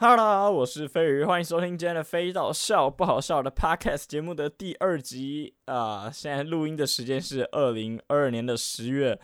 Hello，我是飞鱼，欢迎收听今天的飞到笑不好笑的 Podcast 节目的第2集现在录音的时间是2022年的10月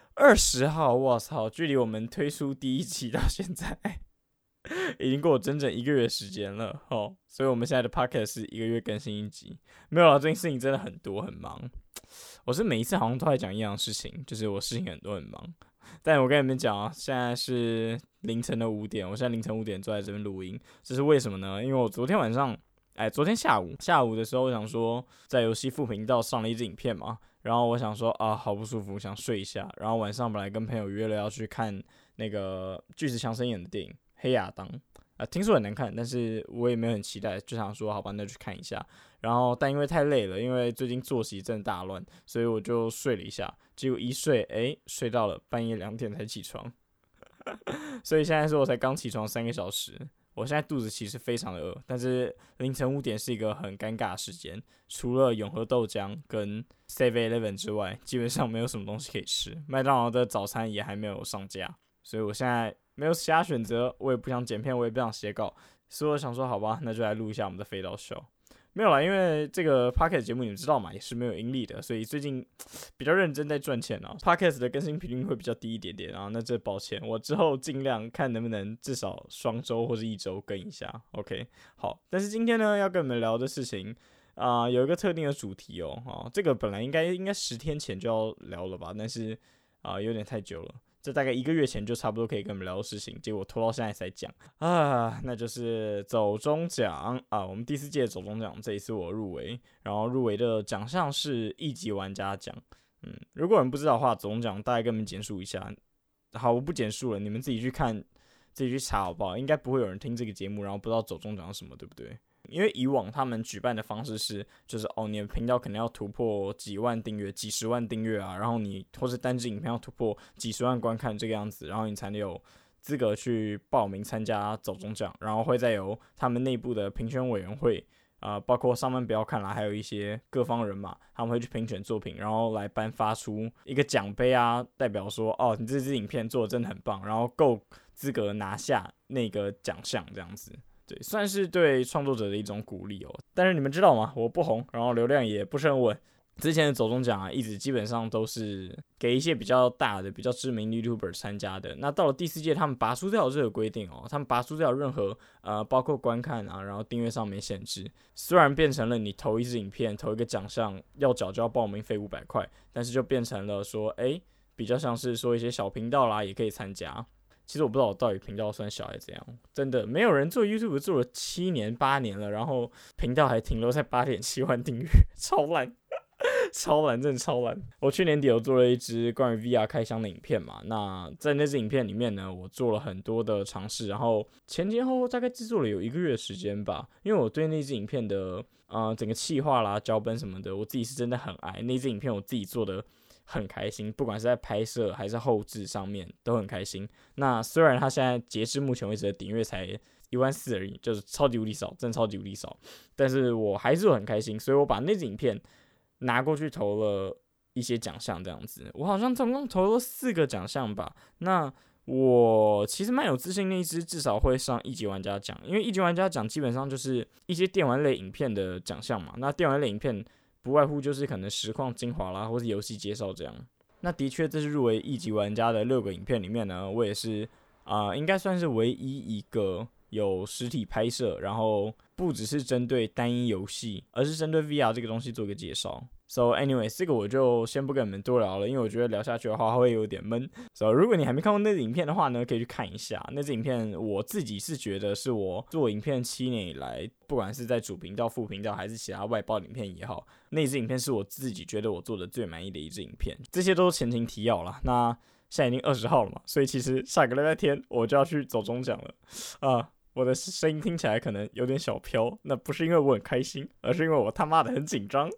20号，我操，距离我们推出第1期到现在已经过了整整1个月时间了所以我们现在的 Podcast 是1个月更新1集。没有啦，最近事情真的很多，很忙。我是每一次好像都在讲一样的事情，就是我事情很多很忙。但我跟你们讲现在是凌晨的5点，我现在凌晨5点坐在这边录音，这是为什么呢？因为我昨天下午的时候，我想说在游戏副频道上了一支影片嘛，然后我想说好不舒服，想睡一下，然后晚上本来跟朋友约了要去看那个巨石强森演的电影《黑亚当》听说很难看，但是我也没有很期待，就想说好吧，那就去看一下。然后但因为太累了，因为最近作息真的大乱，所以我就睡了一下，结果一睡睡到了半夜2点才起床所以现在是我才刚起床3个小时，我现在肚子其实非常的饿，但是凌晨5点是一个很尴尬的时间，除了永和豆浆跟 7-Eleven 之外，基本上没有什么东西可以吃，麦当劳的早餐也还没有上架，所以我现在没有其他选择，我也不想剪片，我也不想写稿，所以我想说好吧，那就来录一下我们的飞刀秀。没有啦，因为这个 Podcast 节目你们知道嘛，也是没有盈利的，所以最近比较认真在赚钱Podcast 的更新频率会比较低一点点那这抱歉，我之后尽量看能不能至少双周或是1周更一下 OK 好。但是今天呢要跟你们聊的事情有一个特定的主题这个本来应该10天前就要聊了吧，但是有点太久了，这大概1个月前就差不多可以跟你们聊的事情，结果拖到现在才讲那就是走中奖我们第4届走中奖，这一次我入围，然后入围的奖项是1级玩家奖。如果有人不知道的话，走中奖大概跟你们简述一下。好，我不简述了，你们自己去看，自己去查好不好？应该不会有人听这个节目然后不知道走中奖是什么，对不对？因为以往他们举办的方式是，就是你的频道可能要突破几万订阅、几十万订阅然后你或是单支影片要突破几十万观看这个样子，然后你才能有资格去报名参加走中奖，然后会再由他们内部的评选委员会包括上班不要看啦，还有一些各方人马，他们会去评选作品，然后来颁发出一个奖杯代表说你这支影片做的真的很棒，然后够资格拿下那个奖项这样子。对，算是对创作者的一种鼓励但是你们知道吗？我不红，然后流量也不是很稳。之前的走中奖一直基本上都是给一些比较大的、比较知名的 YouTuber 参加的。那到了第4届，他们拔出掉这个规定他们拔出掉任何包括观看然后订阅上面限制。虽然变成了你投一支影片、投一个奖项要缴就要报名费500块，但是就变成了说，比较像是说一些小频道啦也可以参加。其实我不知道我到底频道算小还是怎样，真的没有人做 YouTube 做了7年8年了，然后频道还停留在8.7万订阅，超烂超烂，真的超烂。我去年底有做了一支关于 VR 开箱的影片嘛，那在那支影片里面呢，我做了很多的尝试，然后前后大概制作了有1个月的时间吧，因为我对那支影片的整个企划啦、脚本什么的，我自己是真的很爱那支影片，我自己做的很开心，不管是在拍摄还是后制上面都很开心。那虽然它现在截至目前为止的点阅才14000而已，就是超级无敌少，真的超级无敌少，但是我还是很开心，所以我把那支影片拿过去投了一些奖项这样子。我好像总共投了4个奖项吧。那我其实蛮有自信那一支至少会上1级玩家奖，因为1级玩家奖基本上就是一些电玩类影片的奖项嘛。那电玩类影片不外乎就是可能实况精华啦，或是游戏介绍这样。那的确，这是入围1级玩家的6个影片里面呢，我也是应该算是唯一一个有实体拍摄，然后不只是针对单一游戏，而是针对 VR 这个东西做个介绍。So anyway， 这个我就先不跟你们多聊了，因为我觉得聊下去的话会有点闷。So 如果你还没看过那支影片的话呢，可以去看一下。那支影片我自己是觉得是我做影片7年以来，不管是在主频道、副频道还是其他外包影片也好，那支影片是我自己觉得我做的最满意的一支影片。这些都是前情提要啦。那现在已经20号了嘛，所以其实下个礼拜天我就要去走中奖了我的声音听起来可能有点小飘，那不是因为我很开心，而是因为我他妈的很紧张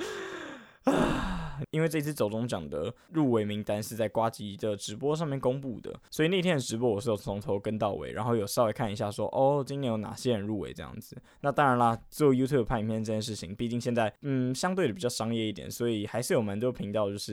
因为这次走中奖的入围名单是在呱吉的直播上面公布的，所以那天的直播我是有从头跟到尾，然后有稍微看一下说今年有哪些人入围这样子。那当然啦，做 YouTube 拍影片这件事情毕竟现在相对的比较商业一点，所以还是有蛮多频道就是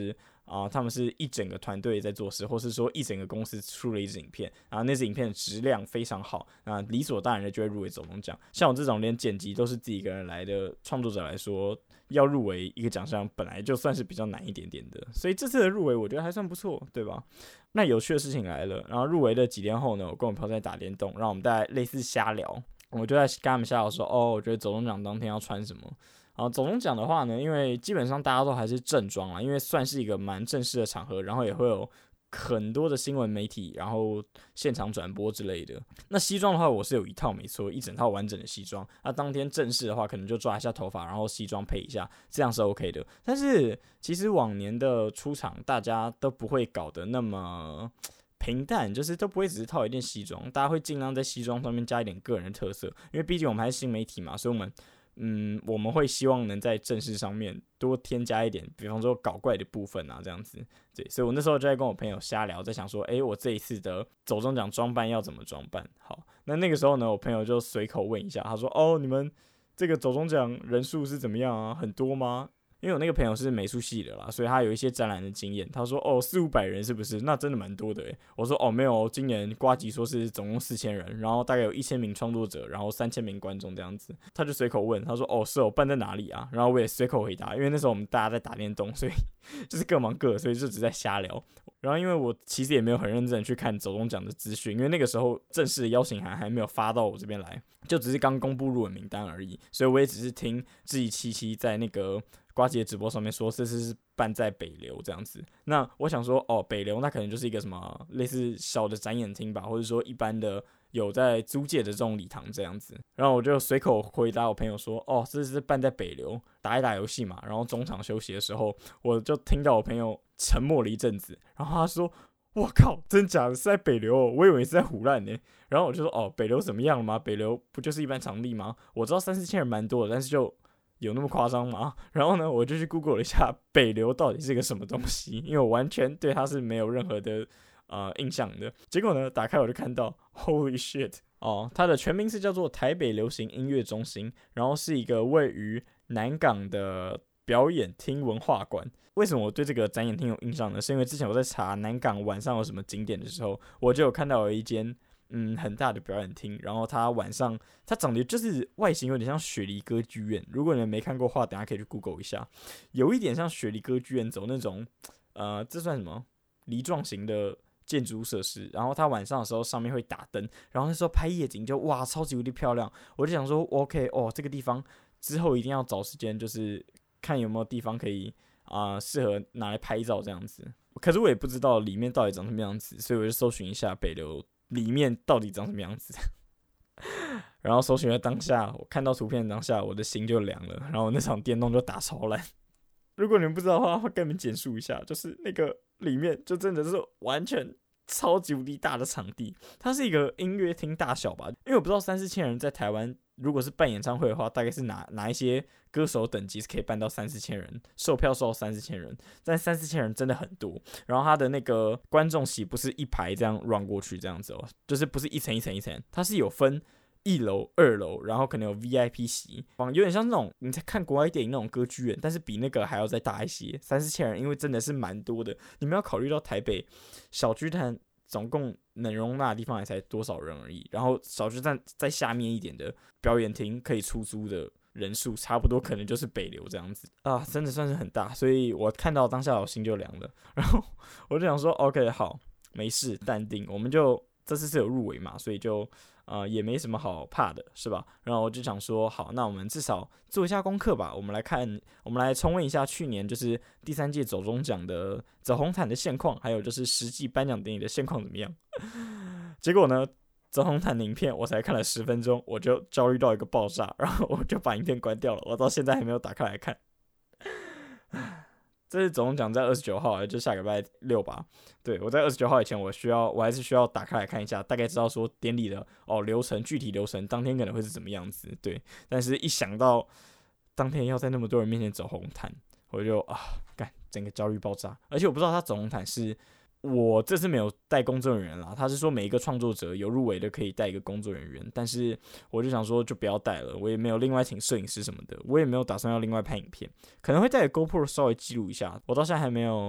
他们是一整个团队在做事，或是说一整个公司出了一支影片，然后那支影片的质量非常好，理所当然的就会入围走中奖。像我这种连剪辑都是自己一个人来的创作者来说，要入围一个奖项本来就算是比较难一点点的，所以这次的入围我觉得还算不错，对吧？那有趣的事情来了，然后入围的几天后呢，我跟我朋友在打电动，让我们大家类似瞎聊，我就在跟他们瞎聊说，我觉得走中奖当天要穿什么。然后走中奖的话呢，因为基本上大家都还是正装啦，因为算是一个蛮正式的场合，然后也会有很多的新闻媒体，然后现场转播之类的。那西装的话，我是有一套没错，一整套完整的西装。那当天正式的话，可能就抓一下头发，然后西装配一下，这样是 OK 的。但是其实往年的出场，大家都不会搞得那么平淡，就是都不会只是套一件西装，大家会尽量在西装上面加一点个人的特色，因为毕竟我们还是新媒体嘛，所以我们会希望能在正式上面多添加一点，比方说搞怪的部分啊，这样子。对，所以我那时候就在跟我朋友瞎聊，在想说，我这一次的走中奖装扮要怎么装扮？好，那个时候呢，我朋友就随口问一下，他说，你们这个走中奖人数是怎么样啊？很多吗？因为我那个朋友是美术系的啦，所以他有一些展览的经验。他说，400-500人是不是？那真的蛮多的诶。我说没有，今年呱吉说是总共4000人，然后大概有1000名创作者，然后3000名观众这样子。他就随口问，他说是办在哪里啊？然后我也随口回答，因为那时候我们大家在打电动，所以就是各忙各的，所以就只在瞎聊。然后因为我其实也没有很认真的去看走中奖的资讯，因为那个时候正式的邀请函还没有发到我这边来，就只是刚公布入围名单而已，所以我也只是听志毅77在那个呱吉的直播上面说这次是办在北流这样子。那我想说北流那可能就是一个什么类似小的展演厅吧，或者说一般的有在租借的这种礼堂这样子。然后我就随口回答我朋友说这是办在北流，打一打游戏嘛，然后中场休息的时候我就听到我朋友沉默了一阵子，然后他说我靠，真假的是在北流我以为是在唬烂呢。然后我就说北流怎么样了吗？北流不就是一般场地吗？我知道3-4千人蛮多的，但是就有那么夸张吗？然后呢，我就去 Google 了一下北流到底是个什么东西，因为我完全对它是没有任何的印象的。结果呢，打开我就看到 Holy shit 它的全名是叫做台北流行音乐中心，然后是一个位于南港的表演厅文化馆。为什么我对这个展演厅有印象呢？是因为之前我在查南港晚上有什么景点的时候，我就有看到有一间很大的表演厅，然后它晚上它长得就是外形有点像雪梨歌剧院，如果你们没看过的话，等一下可以去 Google 一下，有一点像雪梨歌剧院走那种这算什么梨状型的建筑设施，然后它晚上的时候上面会打灯，然后那时候拍夜景就哇超级无敌漂亮，我就想说 OK 这个地方之后一定要找时间，就是看有没有地方可以适合拿来拍照这样子。可是我也不知道里面到底长什么样子，所以我就搜寻一下北流里面到底长什么样子。然后搜寻的当下，我看到图片的当下，我的心就凉了，然后那场电动就打超烂。如果你们不知道的话，会跟你们简述一下，就是那个里面就真的是完全超级无敌大的场地，它是一个音乐厅大小吧，因为我不知道3-4千人在台湾如果是办演唱会的话，大概是哪一些歌手等级是可以办到3-4千人，售票售到3-4千人，但3-4千人真的很多。然后他的那个观众席不是一排这样 run 过去这样子就是不是一层一层一层，它是有分1楼、2楼，然后可能有 VIP 席，有点像那种你在看国外电影那种歌剧院，但是比那个还要再大一些。3-4千人，因为真的是蛮多的，你们要考虑到台北小巨蛋总共能容纳的地方也才多少人而已，然后小巨蛋在下面一点的表演厅可以出租的人数差不多可能就是北流这样子真的算是很大，所以我看到当下我心就凉了，然后我就想说 OK 好，没事，淡定，我们就这次是有入围嘛，所以就也没什么好怕的，是吧？然后我就想说，好，那我们至少做一下功课吧。我们来重温一下去年就是第3届走中奖的走红毯的现况，还有就是实际颁奖典礼的现况怎么样？结果呢，走红毯的影片我才看了10分钟，我就焦虑到一个爆炸，然后我就把影片关掉了。我到现在还没有打开来看。这次走中奖在29号，就下礼拜6吧。对，我在29号以前，我还是需要打开来看一下，大概知道说典礼的流程，具体流程当天可能会是怎么样子。对，但是一想到当天要在那么多人面前走红毯，我就整个焦虑爆炸。而且我不知道他走红毯是我这次没有带工作人员啦，他是说每一个创作者有入围的可以带一个工作人员，但是我就想说就不要带了，我也没有另外请摄影师什么的，我也没有打算要另外拍影片，可能会带个 GoPro 稍微记录一下。我到现在还没有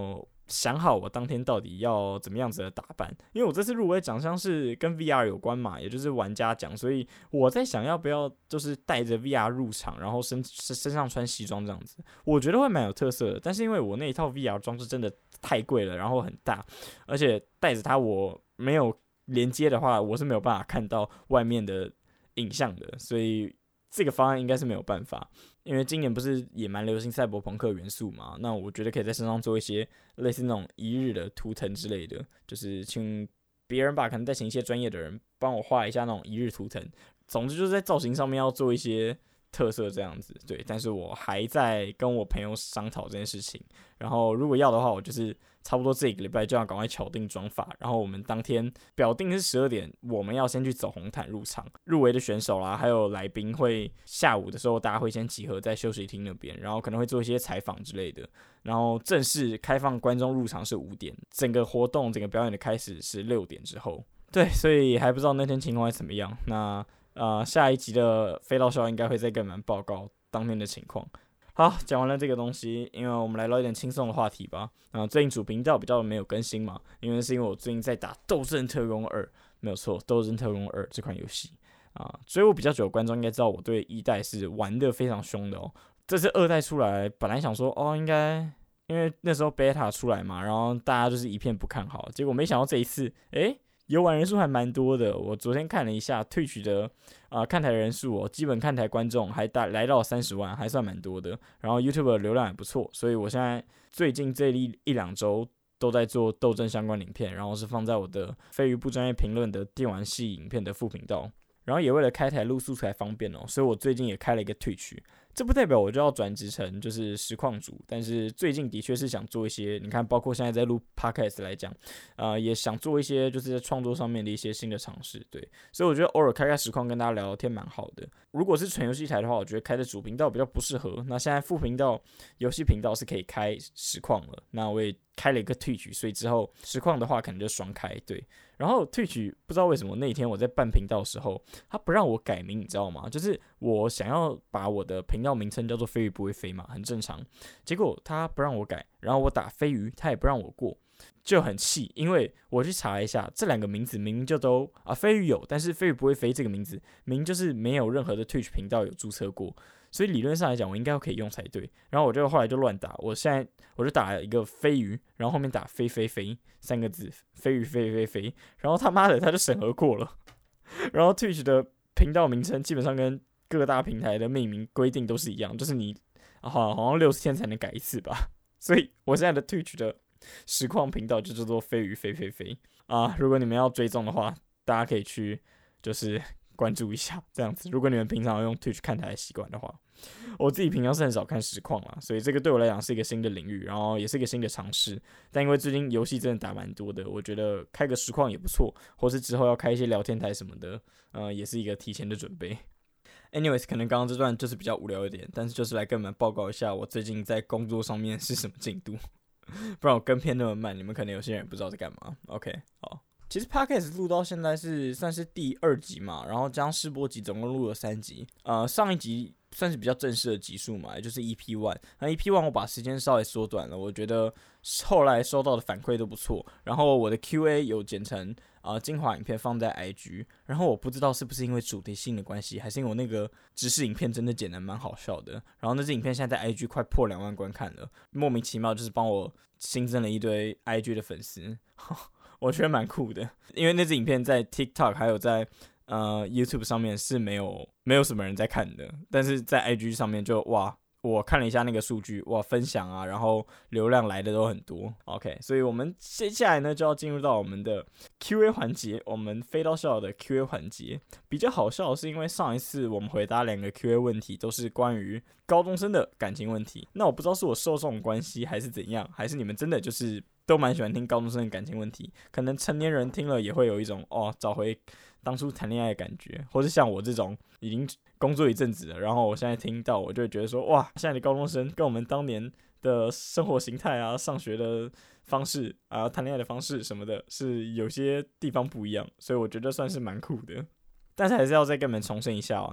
想好我当天到底要怎么样子的打扮，因为我这次入围奖项是跟 VR 有关嘛，也就是玩家奖，所以我在想要不要就是带着 VR 入场，然后身上穿西装这样子，我觉得会蛮有特色的。但是因为我那一套 VR 装置真的太贵了，然后很大，而且带着它我没有连接的话，我是没有办法看到外面的影像的，所以这个方案应该是没有办法。因为今年不是也蛮流行赛博朋克元素嘛，那我觉得可以在身上做一些类似那种一日的图腾之类的，就是请别人吧，可能再请一些专业的人帮我画一下那种一日图腾。总之就是在造型上面要做一些特色这样子，对。但是我还在跟我朋友商讨这件事情，然后如果要的话，我就是差不多这个礼拜就要赶快敲定妆法，然后我们当天表定是12点，我们要先去走红毯入场，入围的选手啦，还有来宾会下午的时候大家会先集合在休息厅那边，然后可能会做一些采访之类的，然后正式开放观众入场是5点，整个活动整个表演的开始是6点之后，对，所以还不知道那天情况会怎么样。那下一集的飞到校应该会再跟你们报告当天的情况。好，讲完了这个东西，因为我们来聊一点轻松的话题吧。最近主频道比较没有更新嘛，因为我最近在打《斗阵特工2》，没有错，《斗阵特工2》这款游戏追我比较久的观众应该知道，我对1代是玩的非常凶的哦。这次2代出来，本来想说应该因为那时候 beta 出来嘛，然后大家就是一片不看好，结果没想到这一次，游玩人数还蛮多的。我昨天看了一下 Twitch 的看台人数基本看台观众还来到30万，还算蛮多的。然后 YouTube 的流量也不错，所以我现在最近这1-2周都在做斗争相关影片，然后是放在我的非鱼不专业评论的电玩系影片的副频道。然后也为了开台录素材方便所以我最近也开了一个 Twitch。这不代表我就要转职成就是实况主，但是最近的确是想做一些，你看，包括现在在录 podcast 来讲，也想做一些就是在创作上面的一些新的尝试，对，所以我觉得偶尔开实况跟大家聊聊天蛮好的。如果是纯游戏台的话，我觉得开在主频道比较不适合。那现在副频道游戏频道是可以开实况了，那我也开了一个 Twitch， 所以之后实况的话可能就双开，对。然后 Twitch 不知道为什么那一天我在办频道的时候，他不让我改名，你知道吗？就是我想要把我的频道名称叫做飞鱼不会飞嘛，很正常。结果他不让我改，然后我打飞鱼，他也不让我过，就很气。因为我去查一下，这两个名字明明就都飞鱼有，但是飞鱼不会飞这个名字明明就是没有任何的 Twitch 频道有注册过，所以理论上来讲我应该可以用才对。然后我就后来就乱打，我就打了一个飞鱼，然后后面打飞飞飞3个字，飞鱼飞飞飞，然后他妈的他就审核过了。然后 Twitch 的频道名称基本上跟各大平台的命名规定都是一样，就是你好像60天才能改一次吧。所以我现在的 Twitch 的实况频道就叫做飞鱼飞飞飞如果你们要追踪的话，大家可以去就是关注一下这样子。如果你们平常用 Twitch 看台的习惯的话，我自己平常是很少看实况啦，所以这个对我来讲是一个新的领域，然后也是一个新的尝试。但因为最近游戏真的打蛮多的，我觉得开个实况也不错，或是之后要开一些聊天台什么的，也是一个提前的准备。Anyways， 可能刚刚这段就是比较无聊一点，但是就是来跟你们报告一下我最近在工作上面是什么进度，不然我跟片那么慢，你们可能有些人不知道在干嘛。OK， 好。其实 Podcast 录到现在是算是第2集嘛，然后加上试播集总共录了3集。上一集算是比较正式的集数嘛，也就是 EP1。那 EP1 我把时间稍微缩短了，我觉得后来收到的反馈都不错。然后我的 QA 有剪成精华影片放在 IG， 然后我不知道是不是因为主题性的关系，还是因为我那个知识影片真的剪得蛮好笑的。然后那支影片现在在 IG 快破2万观看了，莫名其妙就是帮我新增了一堆 IG 的粉丝。我觉得蛮酷的，因为那支影片在 TikTok 还有在YouTube 上面是没有什么人在看的，但是在 IG 上面就哇，我看了一下那个数据，哇，分享然后流量来的都很多。OK， 所以我们接下来呢就要进入到我们的 QA 环节，我们飞到校的 QA 环节。比较好笑的是，因为上一次我们回答2个 QA 问题都是关于高中生的感情问题，那我不知道是我受众关系还是怎样，还是你们真的就是都蛮喜欢听高中生的感情问题，可能成年人听了也会有一种找回当初谈恋爱的感觉，或是像我这种已经工作一阵子了，然后我现在听到我就会觉得说，哇，现在的高中生跟我们当年的生活形态上学的方式谈恋爱的方式什么的是有些地方不一样，所以我觉得算是蛮酷的。但是还是要再跟你们重申一下那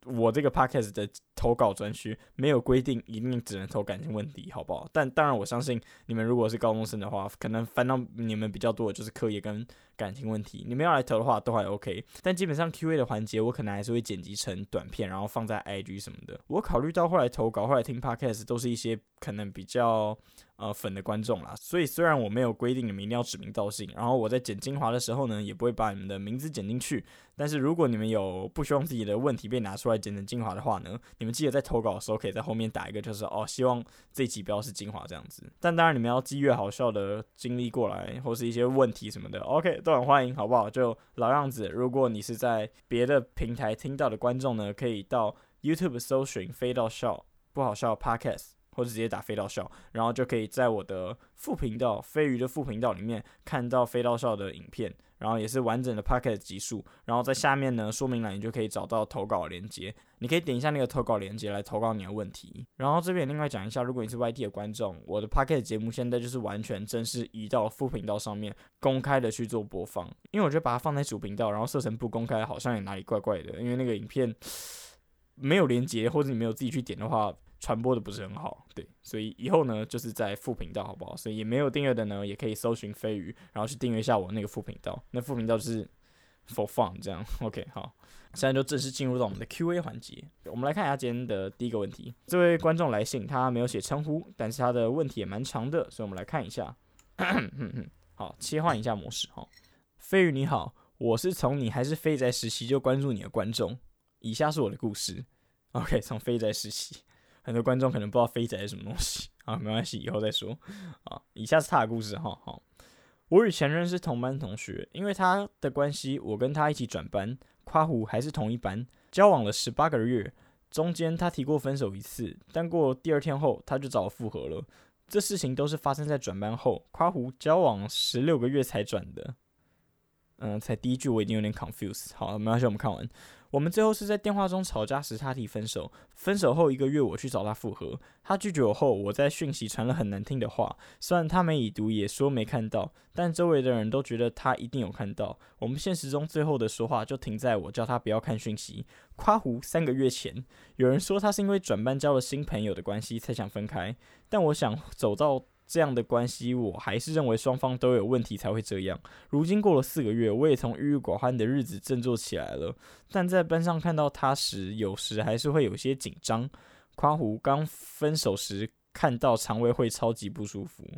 我这个 podcast 的投稿专区没有规定一定只能投感情问题，好不好？但当然，我相信你们如果是高中生的话，可能翻到你们比较多的就是课业跟感情问题。你们要来投的话都还 OK， 但基本上 Q&A 的环节我可能还是会剪辑成短片，然后放在 IG 什么的。我考虑到后来投稿、后来听 podcast 都是一些可能比较粉的观众啦，所以虽然我没有规定你们一定要指名道姓，然后我在剪精华的时候呢，也不会把你们的名字剪进去。但是如果你们有不希望自己的问题被拿出来剪成精华的话呢，你们记得在投稿的时候可以在后面打一个，就是希望这一集不要是精华这样子。但当然你们要激越好笑的经历过来，或是一些问题什么的 ，OK 都很欢迎，好不好？就老样子，如果你是在别的平台听到的观众呢，可以到 YouTube 搜寻飞到笑不好笑 Podcast。或者直接打飞到笑，然后就可以在我的副频道飞鱼的副频道里面看到飞到笑的影片，然后也是完整的 podcast 集数，然后在下面呢说明栏你就可以找到投稿连结，你可以点一下那个投稿连结来投稿你的问题。然后这边另外讲一下，如果你是 YT 的观众，我的 podcast 节目现在就是完全正式移到副频道上面公开的去做播放，因为我觉得把它放在主频道然后设成不公开好像也哪里怪怪的，因为那个影片没有连结或者你没有自己去点的话传播的不是很好，对，所以以后呢就是在副频道，好不好？所以也没有订阅的呢，也可以搜寻飞鱼，然后去订阅一下我那个副频道。那副频道就是 for fun 这样 ，OK， 好，现在就正式进入到我们的 Q&A 环节。我们来看一下今天的第一个问题。这位观众来信，他没有写称呼，但是他的问题也蛮长的，所以我们来看一下。好，切换一下模式哈。飞鱼你好，我是从你还是飞仔时期就关注你的观众，以下是我的故事。OK， 从飞仔时期。很多观众可能不知道飞仔是什么东西啊，没关系，以后再说啊。以下是他的故事哈。好，我与前任是同班同学，因为他的关系，我跟他一起转班，夸胡还是同一班，交往了18个月，中间他提过分手一次，但过第2天后他就找我复合了。这事情都是发生在转班后，夸胡交往16个月才转的。才第一句我已经有点 confused。好，没关系，我们看完。我们最后是在电话中吵架时，他提分手。分手后1个月，我去找他复合，他拒绝我后，我在讯息传了很难听的话。虽然他没已读，也说没看到，但周围的人都觉得他一定有看到。我们现实中最后的说话就停在我叫他不要看讯息。夸胡3个月前，有人说他是因为转班交了新朋友的关系才想分开，但我想走到这样的关系，我还是认为双方都有问题才会这样。如今过了4个月，我也从郁郁寡欢的日子振作起来了，但在班上看到他时，有时还是会有些紧张。夸胡刚分手时看到肠胃会超级不舒服。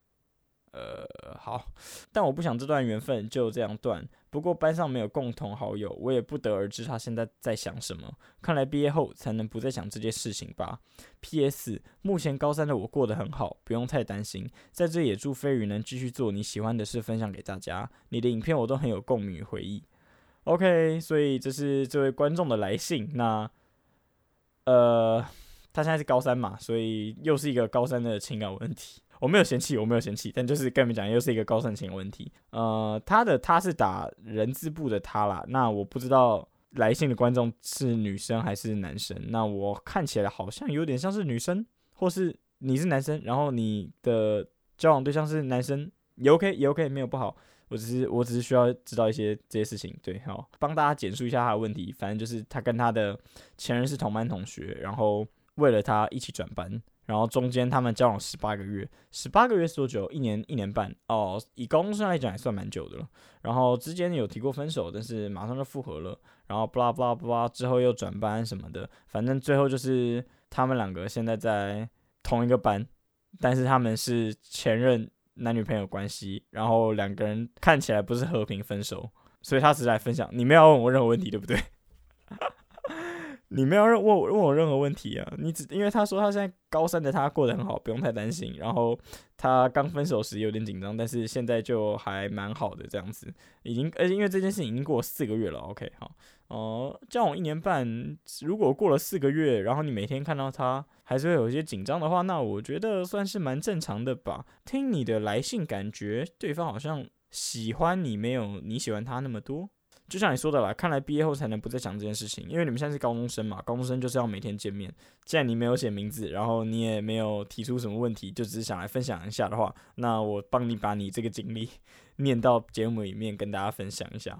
好，但我不想这段缘分就这样断。不过班上没有共同好友，我也不得而知他现在在想什么。看来毕业后才能不再想这件事情吧。PS， 目前高3的我过得很好，不用太担心。在这也祝飞鱼能继续做你喜欢的事，分享给大家。你的影片我都很有共鸣与回忆。OK， 所以这是这位观众的来信。那他现在是高3嘛，所以又是一个高3的情感问题。我没有嫌弃，但就是跟你们讲，又是一个高3情的问题。他是打人字部的他啦，那我不知道来信的观众是女生还是男生。那我看起来好像有点像是女生，或是你是男生，然后你的交往对象是男生，也 OK， 没有不好。我只是需要知道一些这些事情，对，好，帮大家简述一下他的问题。反正就是他跟他的前任是同班同学，然后为了他一起转班。然后中间他们交往18个月，18个月是多久？1年半哦，以高中生来讲也算蛮久的了。然后之间有提过分手，但是马上就复合了。然后 blah blah blah 之后又转班什么的，反正最后就是他们2个现在在同一个班，但是他们是前任男女朋友关系，然后2个人看起来不是和平分手，所以他只是来分享。你没有要问我任何问题，对不对？你没有问我任何问题啊！因为他说他现在高3的他过得很好，不用太担心。然后他刚分手时有点紧张，但是现在就还蛮好的这样子。而且因为这件事情已经过了4个月了 ，OK， 好。交往1年半，如果过了4个月，然后你每天看到他还是会有一些紧张的话，那我觉得算是蛮正常的吧。听你的来信，感觉对方好像喜欢你，没有你喜欢他那么多。就像你说的啦，看来毕业后才能不再想这件事情，因为你们现在是高中生嘛，高中生就是要每天见面。既然你没有写名字，然后你也没有提出什么问题，就只是想来分享一下的话，那我帮你把你这个经历念到节目里面跟大家分享一下。好，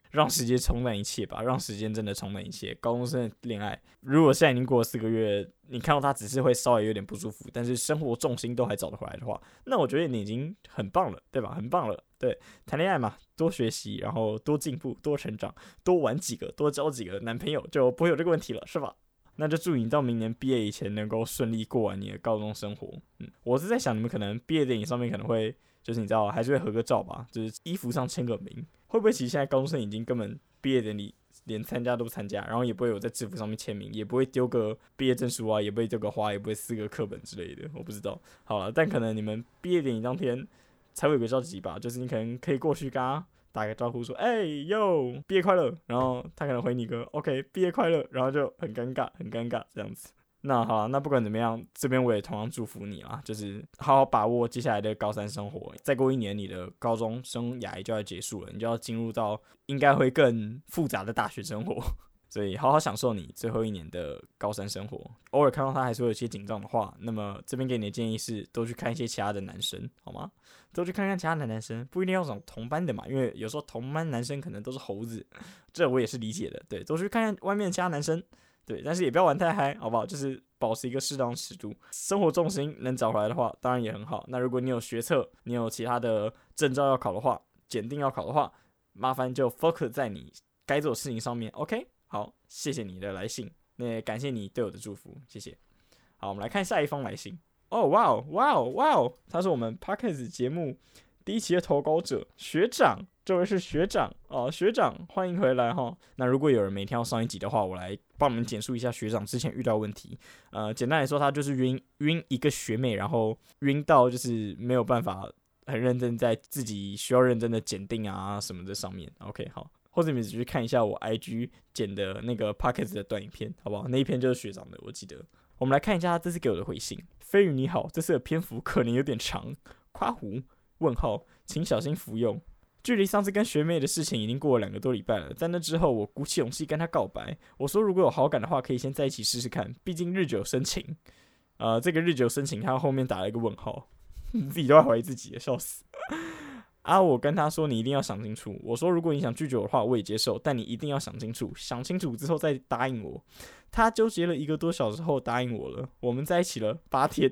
让时间冲淡一切吧，让时间真的冲淡一切。高中生的恋爱，如果现在已经过了4个月，你看到他只是会稍微有点不舒服，但是生活重心都还找得回来的话，那我觉得你已经很棒了，对吧？很棒了。对，谈恋爱嘛，多学习，然后多进步，多成长，多玩几个，多交几个男朋友，就不会有这个问题了，是吧？那就祝你到明年毕业以前能够顺利过完你的高中生活。我是在想你们可能毕业典礼上面可能会，就是你知道还是会合个照吧，就是衣服上签个名。会不会其实现在高中生已经根本毕业典礼连参加都不参加，然后也不会有在制服上面签名，也不会丢个毕业证书啊，也不会丢个花，也不会撕个课本之类的，我不知道。好了，但可能你们毕业典礼当天才会有个交集吧，就是你可能可以过去跟他打个招呼说哟，毕业快乐，然后他可能回你个 OK 毕业快乐，然后就很尴尬这样子。那好，那不管怎么样，这边我也同样祝福你啦，就是好好把握接下来的高三生活。再过1年，你的高中生涯就要结束了，你就要进入到应该会更复杂的大学生活。所以好好享受你最后1年的高三生活。偶尔看到他还是会有些紧张的话，那么这边给你的建议是，多去看一些其他的男生，好吗？多去看看其他的男生，不一定要找同班的嘛，因为有时候同班男生可能都是猴子，这我也是理解的。对，多去看看外面的其他男生。对，但是也不要玩太嗨，好不好？就是保持一个适当的尺度。生活重心能找回来的话，当然也很好。那如果你有学测，你有其他的证照要考的话，检定要考的话，麻烦就 focus 在你该做的事情上面。OK， 好，谢谢你的来信，那也感谢你对我的祝福，谢谢。好，我们来看下一封来信。哇哦，他是我们 Podcast 节目第1期的投稿者学长，这位是学长哦，学长欢迎回来哈。那如果有人没听到上一集的话，我来帮你们简述一下学长之前遇到问题。简单来说，他就是晕一个学妹，然后晕到就是没有办法很认真在自己需要认真的检定啊什么的上面。OK， 好，或者你们只去看一下我 IG 剪的那个 Podcast 的短影片，好不好？那一篇就是学长的，我记得。我们来看一下他这次给我的回信。飞宇你好，这次的篇幅可能有点长，夸胡问号，请小心服用。距离上次跟学妹的事情已经过了2个多礼拜了，在那之后，我鼓起勇气跟她告白，我说如果有好感的话，可以先在一起试试看，毕竟日久生情。这个日久生情，他后面打了一个问号，自己都要怀疑自己了，笑死。我跟他说你一定要想清楚。我说如果你想拒绝我的话，我也接受，但你一定要想清楚，想清楚之后再答应我。他纠结了1个多小时后答应我了，我们在一起了8天。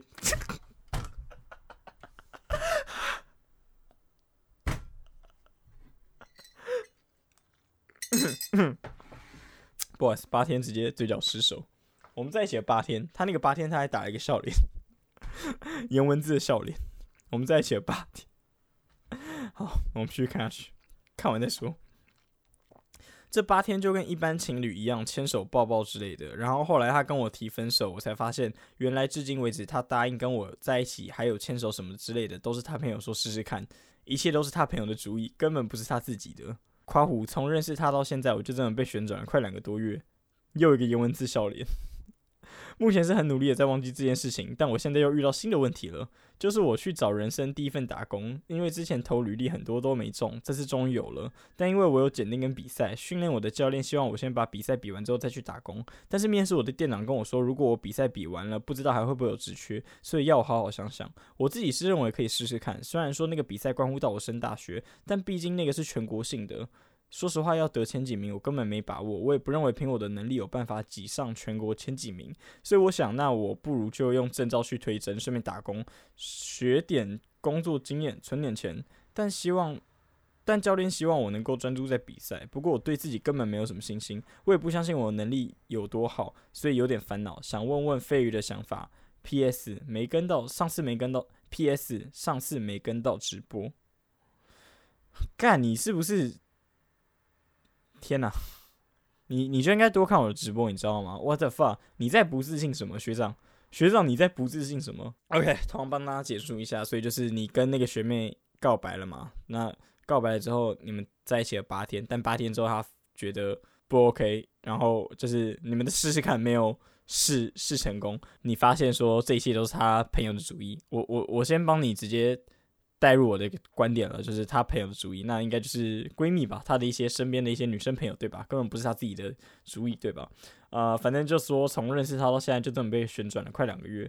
不好意思，8天直接嘴角失手。我们在一起了8天，他那个8天他还打了一个笑脸，颜文字的笑脸。我们在一起了8天。好，我们继续看下去，看完再说。这8天就跟一般情侣一样，牵手抱抱之类的。然后后来他跟我提分手，我才发现原来至今为止他答应跟我在一起，还有牵手什么之类的，都是他朋友说试试看，一切都是他朋友的主意，根本不是他自己的。夸胡，从认识他到现在，我就真的被旋转了快2个多月。又一个颜文字笑脸。目前是很努力的在忘记这件事情，但我现在又遇到新的问题了，就是我去找人生第1份打工，因为之前投履历很多都没中，这次终于有了。但因为我有检定跟比赛，训练我的教练希望我先把比赛比完之后再去打工。但是面试我的店长跟我说，如果我比赛比完了，不知道还会不会有职缺，所以要我好好想想。我自己是认为可以试试看，虽然说那个比赛关乎到我升大学，但毕竟那个是全国性的。说实话，要得前几名我根本没把握，我也不认为凭我的能力有办法挤上全国前几名，所以我想，那我不如就用证照去推甄，顺便打工，学点工作经验，存点钱。但教练希望我能够专注在比赛，不过我对自己根本没有什么信心，我也不相信我的能力有多好，所以有点烦恼，想问问飞鱼的想法。PS 没跟到，上次没跟到。PS 上次没跟到直播。干，你是不是？天哪，你就应该多看我的直播，你知道吗 ？What the fuck？ 你在不自信什么，学长？学长你在不自信什么 ？OK， 同样帮大家解释一下，所以就是你跟那个学妹告白了嘛？那告白了之后，你们在一起了8天，但8天之后他觉得不 OK， 然后就是你们的试试看没有试成功，你发现说这一切都是他朋友的主意。我先帮你直接带入我的观点了，就是他朋友的主意，那应该就是闺蜜吧，他的一些身边的一些女生朋友，对吧？根本不是他自己的主意，对吧？反正就说从认识他到现在，就这么被旋转了快2个月。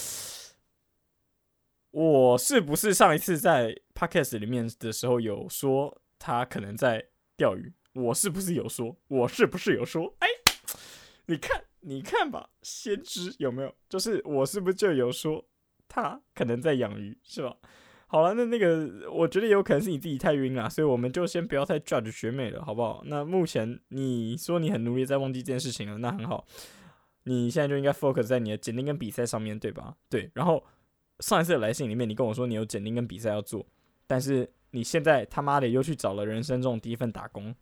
我是不是上一次在 podcast 里面的时候有说他可能在钓鱼？ 我是不是有说？我是不是有说？哎，你看吧，先知有没有？就是我是不是就有说他可能在养鱼，是吧？好了，那个我觉得有可能是你自己太晕了，所以我们就先不要太 judge 学妹了，好不好？那目前你说你很努力在忘记这件事情了，那很好，你现在就应该 focus 在你的检定跟比赛上面，对吧？对，然后上一次的来信里面，你跟我说你有检定跟比赛要做，但是你现在他妈的又去找了人生中第一份打工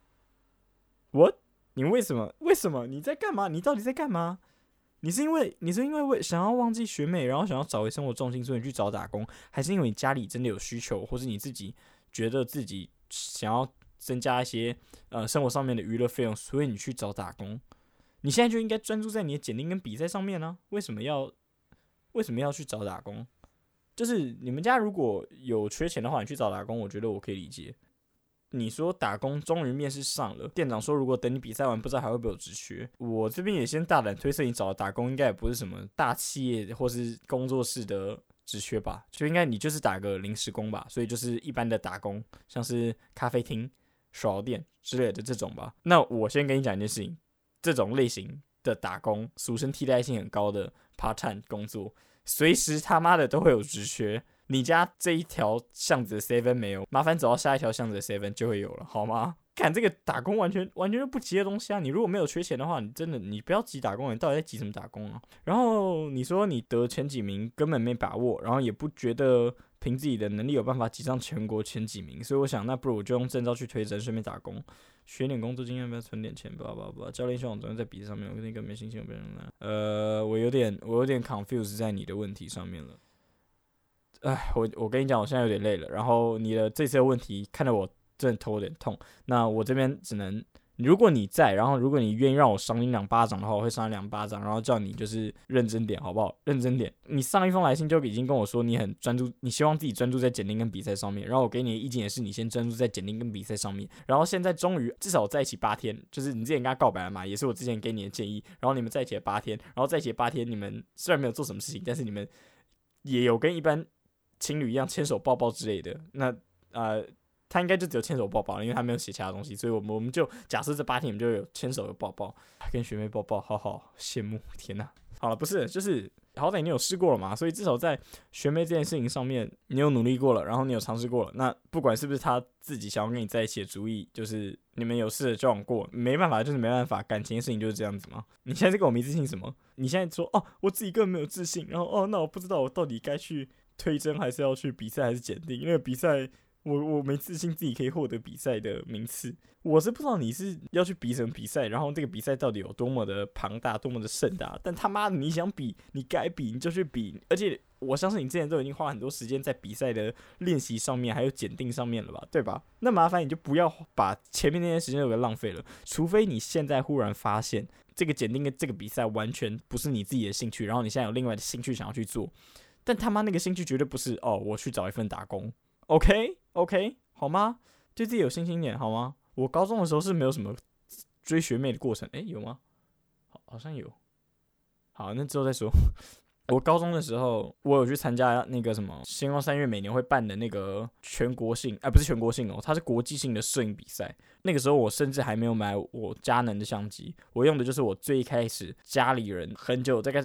，what？你为什么？为什么？你在干嘛？你到底在干嘛？你是因为想要忘记学妹，然后想要找回生活重心，所以你去找打工，还是因为你家里真的有需求，或是你自己觉得自己想要增加一些生活上面的娱乐费用，所以你去找打工？你现在就应该专注在你的检定跟比赛上面呢、为什么要去找打工？就是你们家如果有缺钱的话，你去找打工，我觉得我可以理解。你说打工终于面试上了，店长说如果等你比赛完，不知道还会不会有职缺。我这边也先大胆推测，你找的打工应该也不是什么大企业或是工作室的职缺吧，就应该你就是打个临时工吧，所以就是一般的打工，像是咖啡厅、手摇店之类的这种吧。那我先跟你讲一件事情，这种类型的打工，俗称替代性很高的 part time 工作，随时他妈的都会有职缺。你家这一条巷子的 7 没有，麻烦走到下一条巷子的 7 就会有了，好吗？看这个打工完全就不急的东西啊！你如果没有缺钱的话，你不要急打工，你到底在急什么打工啊？然后你说你得前几名根本没把握，然后也不觉得凭自己的能力有办法挤上全国前几名，所以我想那不如我就用证照去推甄，顺便打工，学点工作经验，不要存点钱，吧。教练希望我昨天在比赛上面，我那个没信心，我有点 confuse 在你的问题上面了。哎，我跟你讲，我现在有点累了。然后你的这次的问题看得我真的头有点痛。那我这边只能，如果你在，然后如果你愿意让我赏你2巴掌的话，我会赏你2巴掌，然后叫你就是认真点，好不好？认真点。你上一封来信就已经跟我说你很专注，你希望自己专注在检定跟比赛上面。然后我给你的意见也是你先专注在检定跟比赛上面。然后现在终于至少在一起8天，就是你之前跟他告白了嘛，也是我之前给你的建议。然后你们在一起了8天，然后在一起了8天，你们虽然没有做什么事情，但是你们也有跟一般情侣一样牵手抱抱之类的，那他应该就只有牵手抱抱，因为他没有写其他东西，所以我们就假设这8天你们就有牵手有抱抱，跟学妹抱抱，好好羡慕，天哪！好了，不是，就是好歹你有试过了嘛，所以至少在学妹这件事情上面，你有努力过了，然后你有尝试过了，那不管是不是他自己想要跟你在一起的主意，就是你们有试着交往过，没办法，就是没办法，感情的事情就是这样子嘛。你现在是跟我没自信什么？你现在说我自己根本没有自信，然后那我不知道我到底该去推甄还是要去比赛还是检定，因为比赛我没自信自己可以获得比赛的名次。我是不知道你是要去比什么比赛，然后这个比赛到底有多么的庞大多么的盛大，但他妈的你想比你该比你就去比，而且我相信你之前都已经花很多时间在比赛的练习上面还有检定上面了吧，对吧？那麻烦你就不要把前面那些时间都给浪费了，除非你现在忽然发现这个检定跟这个比赛完全不是你自己的兴趣，然后你现在有另外的兴趣想要去做，但他妈那个兴趣绝对不是我去找一份打工 ，OK 好吗？对自己有信心点好吗？我高中的时候是没有什么追学妹的过程，有吗？好像有。好，那之后再说。我高中的时候，我有去参加那个什么星光3月每年会办的那个全国性，不是全国性它是国际性的摄影比赛。那个时候我甚至还没有买我佳能的相机，我用的就是我最一开始家里人很久，大概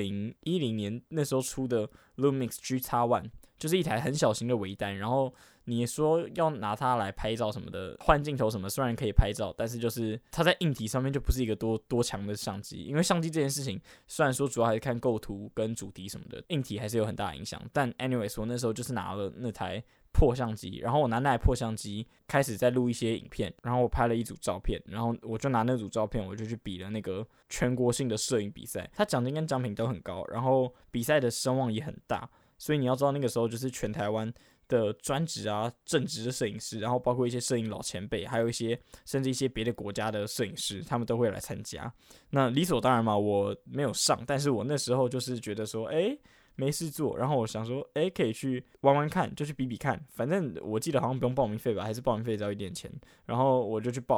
2010年那时候出的 Lumix GX1，就是一台很小型的微单，然后你说要拿它来拍照什么的，换镜头什么，虽然可以拍照，但是就是它在硬体上面就不是一个多强的相机。因为相机这件事情，虽然说主要还是看构图跟主题什么的，硬体还是有很大的影响。但 anyways， 我那时候就是拿了那台破相机，然后我拿那台破相机开始在录一些影片，然后我拍了一组照片，然后我就拿那组照片，我就去比了那个全国性的摄影比赛，它奖金跟奖品都很高，然后比赛的声望也很大。所以你要知道，那个时候就是全台湾的专职正职的摄影师，然后包括一些摄影老前辈，还有一些甚至一些别的国家的摄影师，他们都会来参加。那理所当然嘛，我没有上，但是我那时候就是觉得说，没事做，然后我想说，可以去玩玩看，就去比比看，反正我记得好像不用报名费吧，还是报名费只要一点钱，然后我就去报了。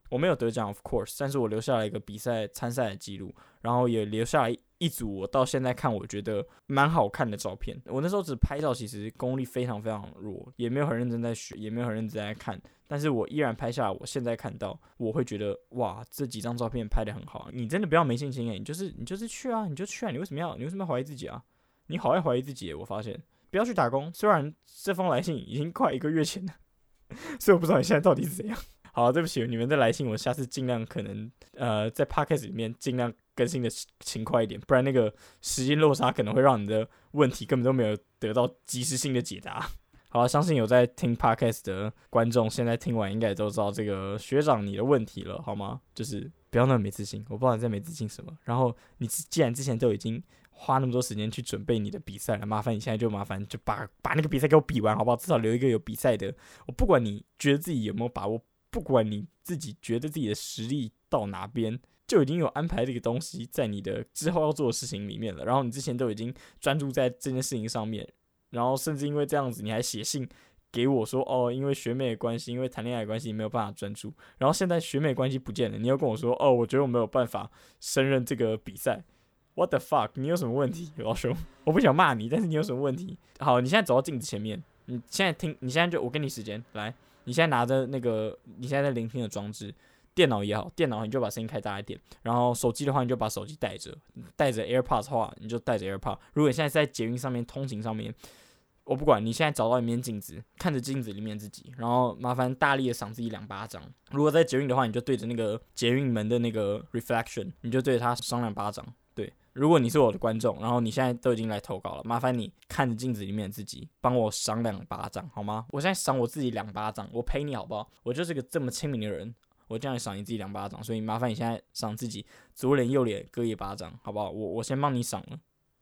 我没有得奖 ，of course， 但是我留下了一个比赛参赛的记录，然后也留下来一组我到现在看我觉得蛮好看的照片。我那时候只拍照，其实功力非常非常弱，也没有很认真在学，也没有很认真在看，但是我依然拍下来。我现在看到，我会觉得哇，这几张照片拍得很好。你真的不要没信心你就是去啊，你就去啊，你为什么要怀疑自己啊？你好爱怀疑自己，我发现不要去打工。虽然这封来信已经快1个月前了，所以我不知道你现在到底是怎样。好，对不起，你们的来信我下次尽量可能在 podcast 里面尽量更新的勤快一点，不然那个时间落差可能会让你的问题根本都没有得到及时性的解答。好，相信有在听 podcast 的观众，现在听完应该也都知道这个学长你的问题了，好吗？就是不要那么没自信，我不知道你在没自信什么。然后你既然之前都已经花那么多时间去准备你的比赛了，麻烦你现在就把那个比赛给我比完，好不好？至少留一个有比赛的。我不管你觉得自己有没有把握，不管你自己觉得自己的实力到哪边，就已经有安排这个东西在你的之后要做的事情里面了。然后你之前都已经专注在这件事情上面，然后甚至因为这样子，你还写信给我说，哦，因为学妹的关系，因为谈恋爱的关系，没有办法专注。然后现在学妹的关系不见了，你又跟我说，哦，我觉得我没有办法胜任这个比赛。What the fuck？ 你有什么问题，老兄？我不想骂你，但是你有什么问题？好，你现在走到镜子前面，你现在就我给你时间来。你现在拿着那个你现在在聆听的装置，电脑也好，电脑你就把声音开大一点，然后手机的话你就把手机带着 AirPods 的话你就带着 AirPods。如果你现在在捷运上面通勤上面，我不管，你现在找到一面镜子，看着镜子里面自己，然后麻烦大力的赏自己2巴掌。如果在捷运的话，你就对着那个捷运门的那个 reflection， 你就对着他赏2巴掌。对，如果你是我的观众，然后你现在都已经来投稿了，麻烦你看着镜子里面的自己，帮我赏2巴掌好吗？我现在赏我自己2巴掌，我陪你好不好？我就是个这么亲民的人，我这样赏你自己2巴掌，所以麻烦你现在赏自己左脸右脸各1巴掌，好不好？我先帮你赏了。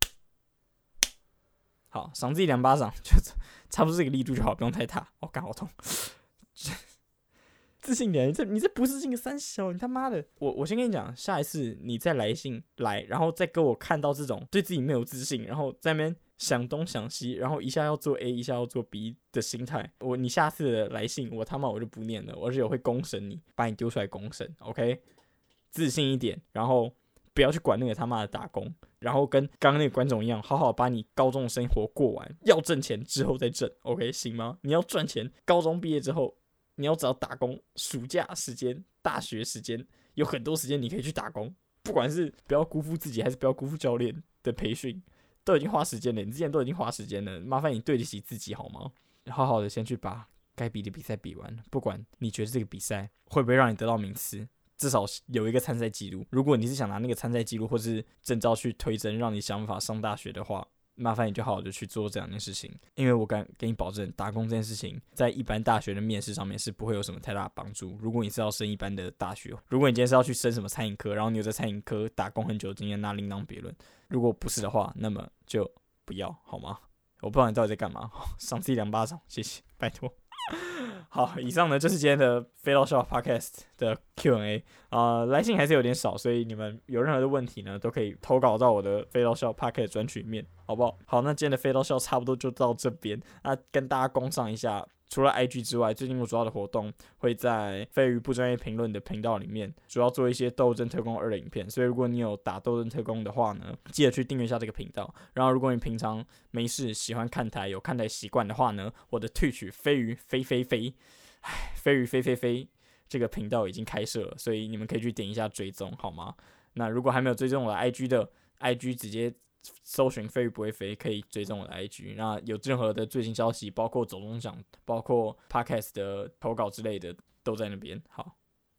好，赏自己2巴掌，就差不多这个力度就好，不用太大。哦，干好痛！自信点，你这不是这个三小，你他妈的！我先跟你讲，下一次你再来信来，然后再给我看到这种对自己没有自信，然后在那边想东想西，然后一下要做 A， 一下要做 B 的心态，你下次的来信，我他妈我就不念了，而且我会公审你，把你丢出来公审 ，OK？ 自信一点，然后不要去管那个他妈的打工。然后跟刚刚那个观众一样，好好把你高中的生活过完，要挣钱之后再挣 ，OK 行吗？你要赚钱，高中毕业之后，你要找打工，暑假时间、大学时间，有很多时间你可以去打工，不管是不要辜负自己，还是不要辜负教练的培训，都已经花时间了，你之前都已经花时间了，麻烦你对得起自己好吗？好好的先去把该比的比赛比完，不管你觉得这个比赛会不会让你得到名次。至少有一个参赛记录。如果你是想拿那个参赛记录或是证照去推甄，让你想法上大学的话，麻烦你就好好的去做这2件事情。因为我敢给你保证，打工这件事情在一般大学的面试上面是不会有什么太大的帮助。如果你是要升一般的大学，如果你今天是要去升什么餐饮科，然后你有在餐饮科打工很久的经验，那另当别论。如果不是的话，那么就不要好吗？我不知道你到底在干嘛，赏自己2巴掌，谢谢，拜托。好，以上呢就是今天的飞到笑 Podcast 的 Q&A 来信还是有点少，所以你们有任何的问题呢，都可以投稿到我的飞到笑 Podcast 专区里面，好不好？好，那今天的飞到笑差不多就到这边，那跟大家工商一下。除了 IG 之外，最近我主要的活动会在飞鱼不专业评论的频道里面，主要做一些斗争特工2的影片，所以如果你有打斗争特工的话呢，记得去订阅一下这个频道。然后如果你平常没事喜欢看台，有看台习惯的话呢，我的 Twitch 飞鱼飞鱼飞这个频道已经开设了，所以你们可以去点一下追踪好吗？那如果还没有追踪我的 IG 的 IG 直接搜寻飞鱼不会飞，可以追踪我的 IG。那有任何的最新消息，包括走中奖，包括 Podcast 的投稿之类的，都在那边。好，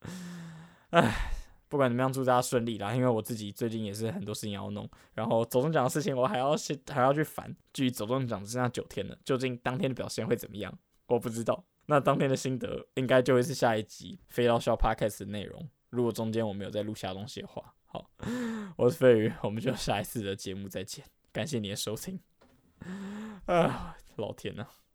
不管怎么样，祝大家顺利啦！因为我自己最近也是很多事情要弄，然后走中奖的事情我还要去烦。距离走中奖只剩下9天了，究竟当天的表现会怎么样？我不知道。那当天的心得应该就会是下一集飞到笑 Podcast 的内容。如果中间我没有再录下东西的话。好，我是飞鱼，我们就下一次的节目再见，感谢你的收听。老天啊！